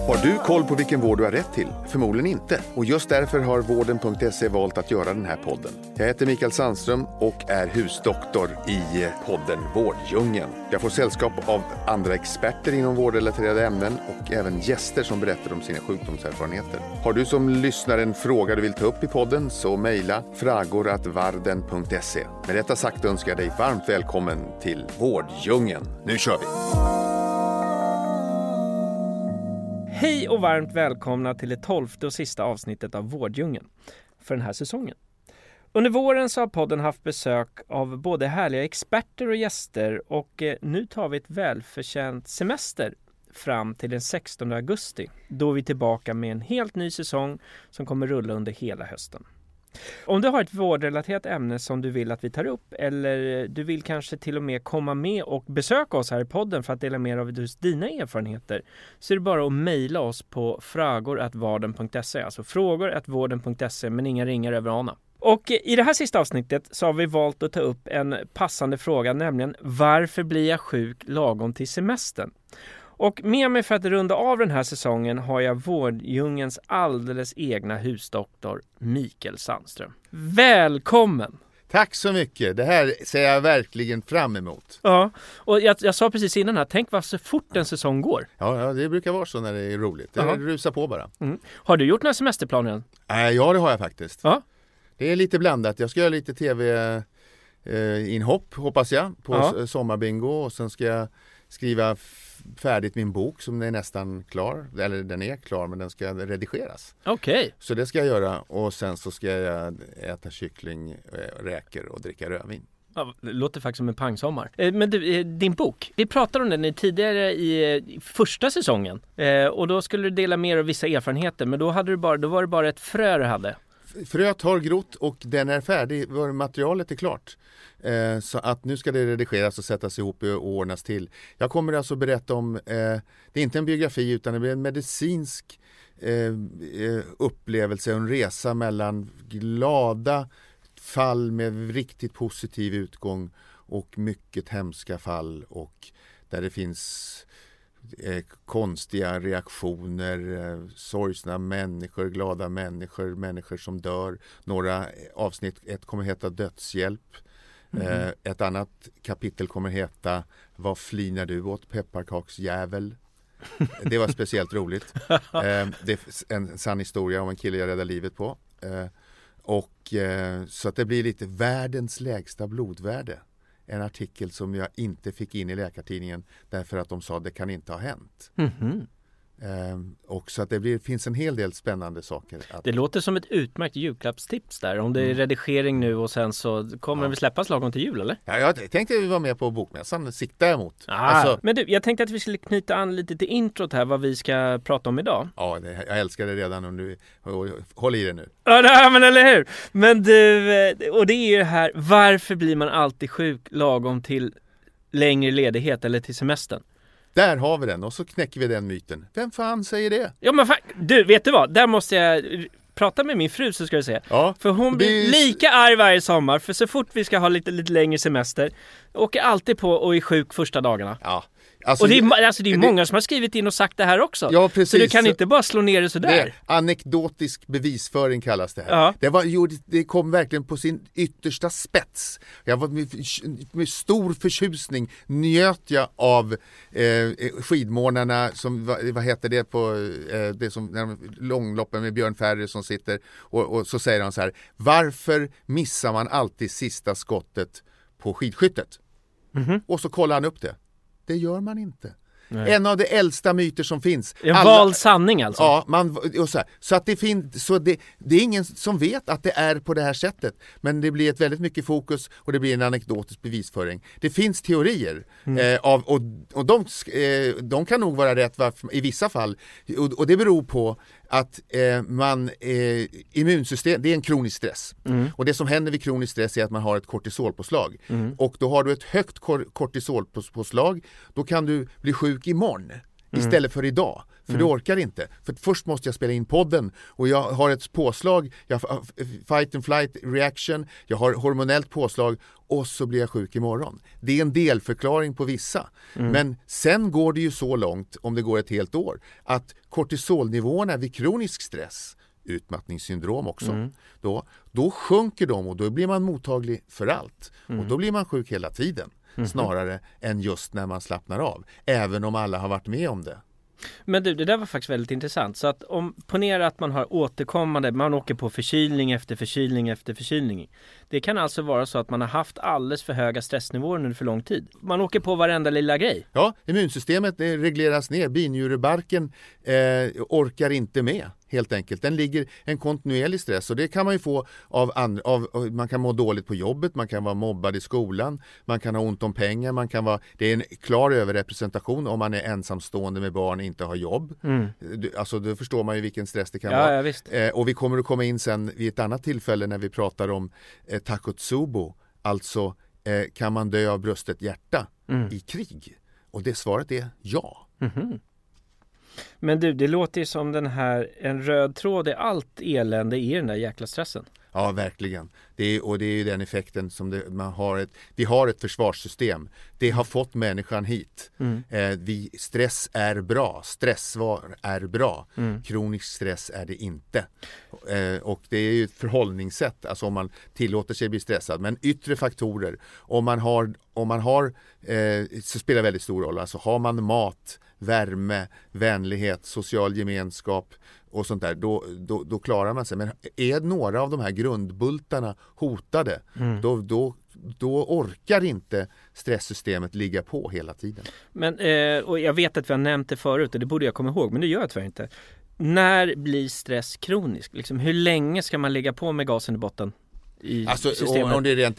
Har du koll på vilken vård du har rätt till? Förmodligen inte. Och just därför har vården.se valt att göra den här podden. Jag heter Mikael Sandström och är husdoktor i podden Vårdjungeln. Jag får sällskap av andra experter inom vårdrelaterade ämnen och även gäster som berättar om sina sjukdomserfarenheter. Har du som lyssnar en fråga du vill ta upp i podden så mejla fragor@varden.se. Med detta sagt önskar jag dig varmt välkommen till Vårdjungeln. Nu kör vi! Hej och varmt välkomna till det 12:e och sista avsnittet av Vårdjungeln för den här säsongen. Under våren så har podden haft besök av både härliga experter och gäster och nu tar vi ett välförtjänt semester fram till den 16 augusti. Då är vi tillbaka med en helt ny säsong som kommer rulla under hela hösten. Om du har ett vårdrelaterat ämne som du vill att vi tar upp eller du vill kanske till och med komma med och besöka oss här i podden för att dela mer av just dina erfarenheter så är det bara att mejla oss på fragor@varden.se, alltså frågor@varden.se, men inga ringar över Ana. Och i det här sista avsnittet så har vi valt att ta upp en passande fråga, nämligen varför blir jag sjuk lagom till semestern? Och med mig för att runda av den här säsongen har jag Vårdjungens alldeles egna husdoktor Mikael Sandström. Välkommen! Tack så mycket. Det här ser jag verkligen fram emot. Ja, och jag sa precis innan här, tänk vad så fort en säsong går. Ja, det brukar vara så när det är roligt. Det rusar på bara. Mm. Har du gjort några semesterplaner än? Ja, det har jag faktiskt. Ja. Det är lite blandat. Jag ska göra lite tv-inhopp, hoppas jag, på sommarbingo. Och sen ska jag skriva färdigt min bok som är nästan klar. Eller den är klar, men den ska redigeras. Okej. Så det ska jag göra. Och sen så ska jag äta kyckling, räkor och dricka rödvin. Ja, det låter faktiskt som en pangsommar. Men du, din bok, vi pratade om den tidigare i första säsongen. Och då skulle du dela mer av vissa erfarenheter. Men då var det bara ett frö du hade. Fröet har grott och den är färdig. Materialet är klart. Så att nu ska det redigeras och sättas ihop och ordnas till. Jag kommer alltså berätta om, det är inte en biografi utan det blir en medicinsk upplevelse och en resa mellan glada fall med riktigt positiv utgång och mycket hemska fall och där det finns konstiga reaktioner, sorgsna människor, glada människor, människor som dör. Några avsnitt, ett kommer heta Dödshjälp. Ett annat kapitel kommer heta Vad flinar du åt, pepparkaksjävel? Det var speciellt roligt. Det är en sann historia om en kille jag räddade livet på. Så att det blir lite världens lägsta blodvärde. En artikel som jag inte fick in i Läkartidningen därför att de sa att det kan inte ha hänt. Mm-hmm. Och så att finns en hel del spännande saker. Det låter som ett utmärkt julklappstips där. Om det är redigering nu och sen så kommer den väl släppas lagom till jul, eller? Ja, jag tänkte att vi var med på bokmässan. Siktar jag emot. Men du, jag tänkte att vi skulle knyta an lite till introt här, vad vi ska prata om idag. Ja, jag älskar det redan om du håller i det nu. Ja, men eller hur? Men du, och det är ju det här, varför blir man alltid sjuk lagom till längre ledighet eller till semestern? Där har vi den och så knäcker vi den myten. Vem fan säger det? Ja men du, vet du vad? Där måste jag prata med min fru så ska du se. Ja, för hon blir lika arg varje sommar för så fort vi ska ha lite längre semester åker alltid på och är sjuk första dagarna. Ja. Alltså, och det är många som har skrivit in och sagt det här också. Ja, precis. Så du kan inte bara slå ner det sådär. Anekdotisk bevisföring kallas det här. Ja. Det kom verkligen på sin yttersta spets. Jag var med stor förtjusning njöt jag av skidmånarna som, vad heter det på det som långloppen med Björn Ferry som sitter och så säger han så här: varför missar man alltid sista skottet på skidskyttet? Mm-hmm. Och så kollar han upp det. Det gör man inte. Nej. En av de äldsta myter som finns. En vald sanning alltså. Ja, så att det är ingen som vet att det är på det här sättet. Men det blir ett väldigt mycket fokus och det blir en anekdotisk bevisföring. Det finns teorier och de kan nog vara rätt i vissa fall. Och det beror på att immunsystem, det är en kronisk stress. Och det som händer vid kronisk stress är att man har ett kortisolpåslag. Och då har du ett högt kortisolpåslag, då kan du bli sjuk imorgon istället för idag. För det orkar inte. För först måste jag spela in podden och jag har ett påslag, jag har fight and flight reaction, jag har hormonellt påslag och så blir jag sjuk imorgon. Det är en delförklaring på vissa. Men sen går det ju så långt, om det går ett helt år, att kortisolnivåerna vid kronisk stress, utmattningssyndrom också, då sjunker de och då blir man mottaglig för allt. Och då blir man sjuk hela tiden. Snarare än just när man slappnar av. Även om alla har varit med om det. Men du, det där var faktiskt väldigt intressant. Så att ponera att man har återkommande, man åker på förkylning efter förkylning efter förkylning. Det kan alltså vara så att man har haft alldeles för höga stressnivåer under för lång tid. Man åker på varenda lilla grej. Ja, immunsystemet regleras ner. Binjurebarken orkar inte med. Helt enkelt. Den ligger en kontinuerlig stress och det kan man ju få man kan må dåligt på jobbet, man kan vara mobbad i skolan, man kan ha ont om pengar, det är en klar överrepresentation om man är ensamstående med barn och inte har jobb. Alltså då förstår man ju vilken stress det kan vara. Ja, visst. Och vi kommer att komma in sen vid ett annat tillfälle när vi pratar om Takotsubo, alltså kan man dö av brustet hjärta i krig? Och det svaret är ja. Men du, det låter ju som en röd tråd i allt elände i den där jäkla stressen. Ja, verkligen. Det är ju den effekten som vi har ett försvarssystem. Det har fått människan hit. Stress är bra. Stressvar är bra. Kronisk stress är det inte. Och det är ju ett förhållningssätt. Alltså om man tillåter sig bli stressad. Men yttre faktorer. Om man har så spelar väldigt stor roll. Alltså har man mat, värme, vänlighet, social gemenskap och sånt där, då klarar man sig. Men är några av de här grundbultarna hotade, då orkar inte stresssystemet ligga på hela tiden. Men, och jag vet att vi har nämnt det förut och det borde jag komma ihåg, men det gör jag tyvärr inte. När blir stress kronisk? Liksom, hur länge ska man ligga på med gasen i botten? Om det är rent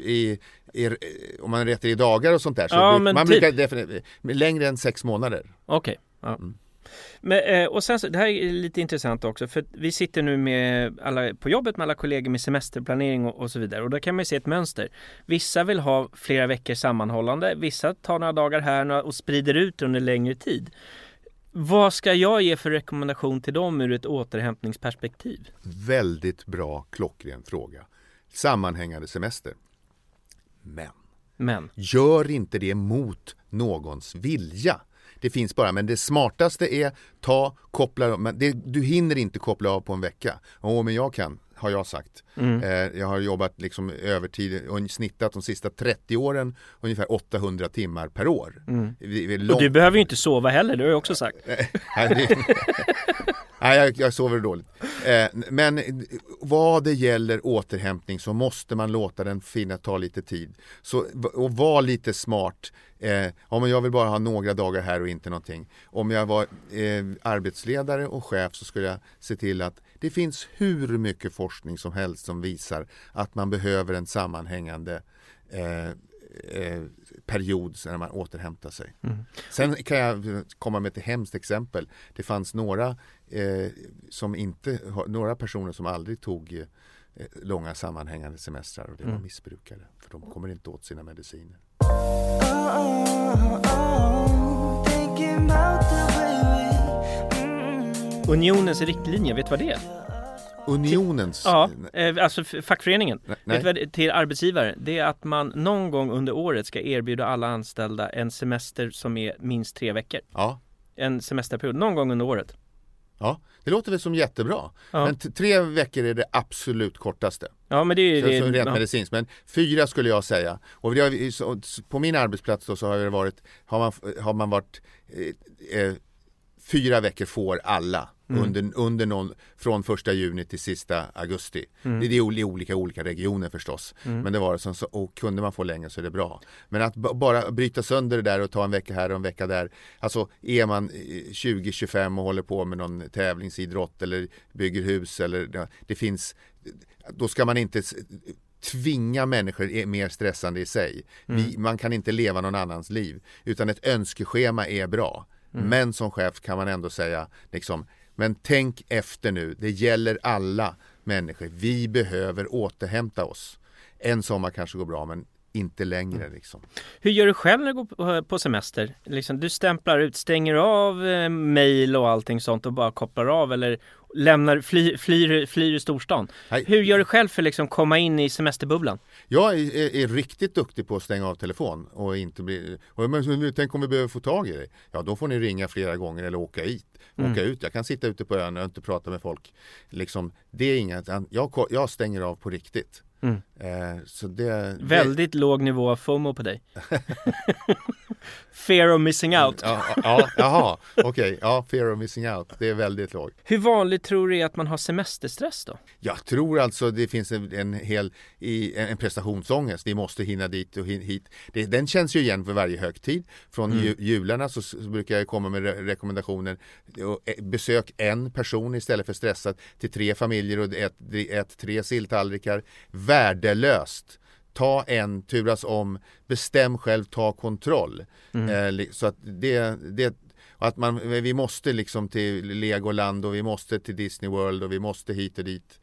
om man rätter i dagar och sånt där så man brukar definitivt längre än 6 månader. Okej. Ja. Men, och sen så, det här är lite intressant också, för vi sitter nu med på jobbet med alla kollegor med semesterplanering och så vidare, och där kan man ju se ett mönster. Vissa vill ha flera veckor sammanhållande, vissa tar några dagar här och sprider ut under längre tid. Vad ska jag ge för rekommendation till dem ur ett återhämtningsperspektiv? Väldigt bra, klockren fråga. Sammanhängande semester. Men gör inte det mot någons vilja. Det finns bara, men det smartaste är koppla av. Men du hinner inte koppla av på en vecka. Men jag kan, har jag sagt. Jag har jobbat liksom övertid och snittat de sista 30 åren ungefär 800 timmar per år. Och du behöver ju inte sova heller, det har jag också sagt. Nej, jag sover dåligt. Men vad det gäller återhämtning så måste man låta den ta lite tid. Och vara lite smart. Om jag vill bara ha några dagar här och inte någonting. Om jag var arbetsledare och chef så skulle jag se till att det finns hur mycket forskning som helst som visar att man behöver en sammanhängande period när man återhämtar sig. Sen kan jag komma med ett hemskt exempel. Det fanns några personer som aldrig tog långa sammanhängande semestrar, och det var missbrukare, för de kommer inte åt sina mediciner. Unionens riktlinjer, vet du vad det är? Unionens? Ja, alltså fackföreningen. Vet du vad, till arbetsgivare. Det är att man någon gång under året ska erbjuda alla anställda en semester som är minst 3 veckor. Ja. En semesterperiod, någon gång under året. Ja, det låter väl som jättebra. Ja. Men 3 veckor är det absolut kortaste. Ja, men det är ju så rent medicinskt. Men 4 skulle jag säga. Och på min arbetsplats då så har man varit 4 veckor får alla. Från 1 juni till sista augusti. Det är olika regioner förstås. Men det var så, och kunde man få längre så är det bra. Men att bara bryta sönder det där och ta en vecka här och en vecka där. Alltså är man 20-25 och håller på med någon tävlingsidrott eller bygger hus eller det finns, då ska man inte tvinga människor, är mer stressande i sig. Man kan inte leva någon annans liv, utan ett önskeschema är bra. Men som chef kan man ändå säga liksom, men tänk efter nu, det gäller alla människor. Vi behöver återhämta oss. En sommar kanske går bra, men inte längre liksom. Hur gör du själv när du går på semester? Liksom, du stämplar ut, stänger av mejl och allting sånt och bara kopplar av, eller flyr i storstan? Nej. Hur gör du själv för liksom komma in i semesterbubblan? Jag är riktigt duktig på att stänga av telefon och inte bli... Men tänk om vi behöver få tag i dig. Ja, då får ni ringa flera gånger eller åka ut. Jag kan sitta ute på ön och inte prata med folk. Liksom, det är inget... Jag stänger av på riktigt. Så väldigt låg nivå av FOMO på dig. Fear of missing out. Jaha, okej. Ja, fear of missing out. Det är väldigt lågt. Hur vanligt tror du är att man har semesterstress då? Jag tror alltså det finns en prestationsångest. Vi måste hinna dit och hit. Den känns ju igen för varje högtid. Från jularna så brukar jag komma med rekommendationer. Besök en person istället för stressat till 3 familjer och ät 3 silltallrikar. Värdelöst. Ta en, turas om, bestäm själv, ta kontroll. Så att vi måste liksom till Legoland och vi måste till Disney World och vi måste hit och dit.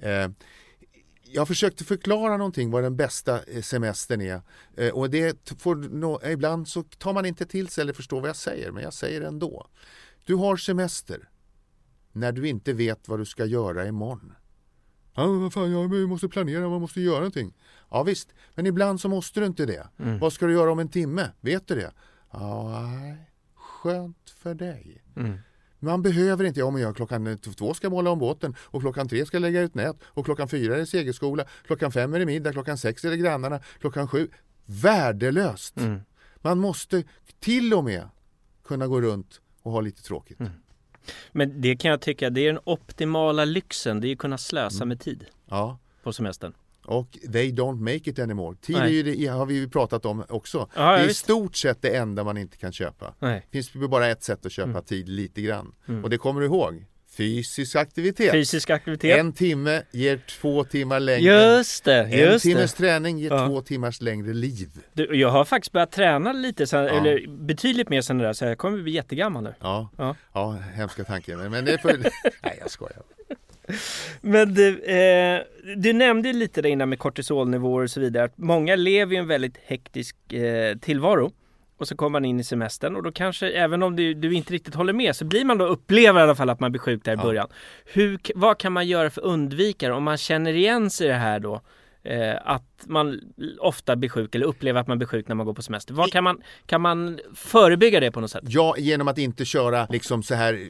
Jag försökte förklara någonting vad den bästa semestern är. Och ibland så tar man inte till sig eller förstår vad jag säger, men jag säger det ändå. Du har semester när du inte vet vad du ska göra imorgon. Ja, vad fan, vi måste planera, man måste göra någonting. Ja visst, men ibland så måste du inte det. Vad ska du göra om en timme? Vet du det? Ja, skönt för dig. Man behöver inte, men jag klockan 2 ska måla om båten och klockan 3 ska lägga ut nät och klockan 4 är det segelskola, klockan 5 är det middag, klockan 6 är det grannarna, klockan 7. Värdelöst. Man måste till och med kunna gå runt och ha lite tråkigt. Men det kan jag tycka, det är den optimala lyxen, det är att kunna slösa med tid på semestern. Och they don't make it anymore. Tid har vi ju pratat om också. Ja, det är i stort sett det enda man inte kan köpa. Nej. Det finns bara ett sätt att köpa tid lite grann. Och det kommer du ihåg. Fysisk aktivitet. 1 timme ger 2 timmar längre. Just det. En timmes träning ger 2 timmars längre liv. Jag har faktiskt börjat träna lite sen, eller betydligt mer sen det där, så jag kommer bli jättegammal nu. Ja, hemska tanken. Men det är nej, jag skojar. Men du nämnde lite där innan med kortisolnivåer och så vidare, att många lever i en väldigt hektisk tillvaro. Och så kommer man in i semestern och då kanske, även om du inte riktigt håller med, så blir man då, upplever i alla fall att man blir sjuk där i början. Vad kan man göra för att undvika det? Om man känner igen sig i det här då, att man ofta blir sjuk eller upplever att man blir sjuk när man går på semester. Kan man förebygga det på något sätt? Ja, genom att inte köra liksom så här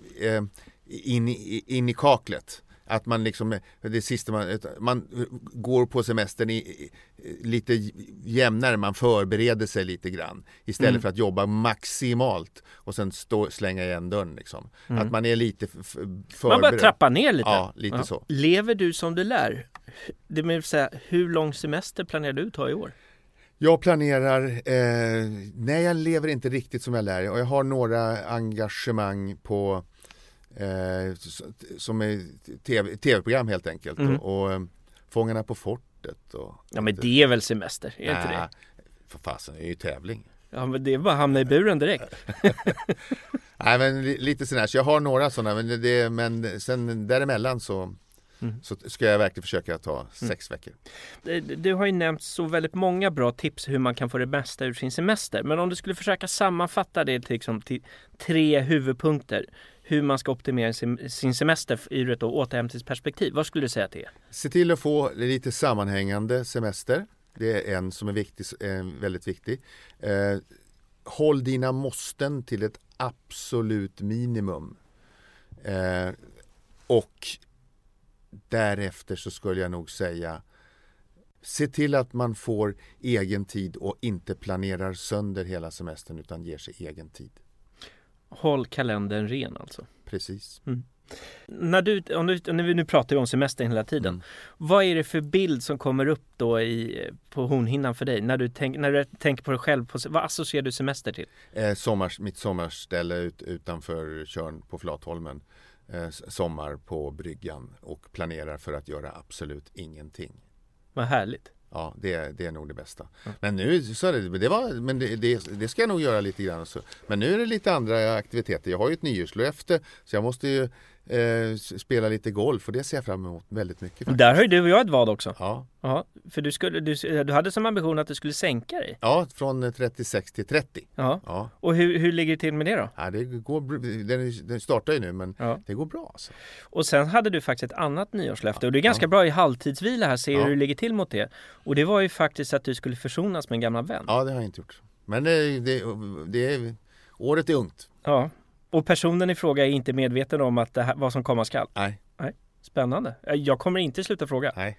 in i kaklet. Att man liksom, det sista man går på semestern lite jämnare, man förbereder sig lite grann istället för att jobba maximalt och sen slänga igen dörren liksom. Att man är lite förberedd. Man bara trappa ner lite. Ja, lite så. Lever du som du lär? Det vill säga, hur lång semester planerar du ta i år? Jag planerar, nej jag lever inte riktigt som jag lär, och jag har några engagemang på som är tv-program helt enkelt och Fångarna på fortet och men det är väl semester, är inte det? För fasen, det är ju tävling. Ja, men det är bara att hamna i buren direkt. Nej, men lite sådär, så jag har några sådana, men sen däremellan så ska jag verkligen försöka ta 6 veckor. Du har ju nämnt så väldigt många bra tips hur man kan få det bästa ur sin semester, men om du skulle försöka sammanfatta det till 3 huvudpunkter hur man ska optimera sin semester ur ett återhämtningsperspektiv. Vad skulle du säga till det? Se till att få lite sammanhängande semester. Det är en som är väldigt viktig. Håll dina måsten till ett absolut minimum. Och därefter så skulle jag nog säga, se till att man får egen tid och inte planerar sönder hela semestern utan ger sig egen tid. Håll kalendern ren alltså. Precis. När vi nu pratar om semestern hela tiden, vad är det för bild som kommer upp då på hornhinnan för dig? När du tänker på dig själv, vad associerar du semester till? Mitt sommarställe utanför Tjörn på Flatholmen. Sommar på bryggan och planerar för att göra absolut ingenting. Vad härligt. Ja, det är nog det bästa. Men nu så det ska jag nog göra lite grann så. Men nu är det lite andra aktiviteter. Jag har ju ett nyårslöfte så jag måste ju spela lite golf och det ser jag fram emot väldigt mycket. Faktiskt. Där har ju du och jag ett vad också. Ja. Ja, för du hade som ambition att du skulle sänka dig. Ja, från 36 till 30. Ja. Ja. Och hur ligger det till med det då? Ja, den startar ju nu, men det går bra alltså. Och sen hade du faktiskt ett annat nyårslöfte och det är ganska bra i halvtidsvila här, ser hur du ligger till mot det. Och det var ju faktiskt att du skulle försonas med en gammal vän. Ja, det har jag inte gjort. Men året är ungt. Ja, och personen i fråga är inte medveten om att vad som komma skall. Nej. Spännande. Jag kommer inte sluta fråga. Nej.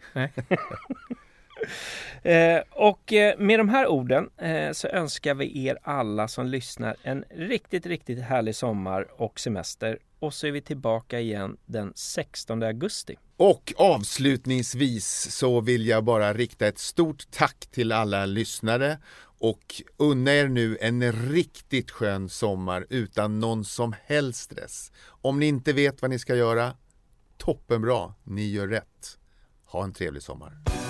Och med de här orden så önskar vi er alla som lyssnar en riktigt, riktigt härlig sommar och semester. Och så är vi tillbaka igen den 16 augusti. Och avslutningsvis så vill jag bara rikta ett stort tack till alla lyssnare och unna er nu en riktigt skön sommar utan någon som helst stress. Om ni inte vet vad ni ska göra, toppenbra, ni gör rätt. Ha en trevlig sommar.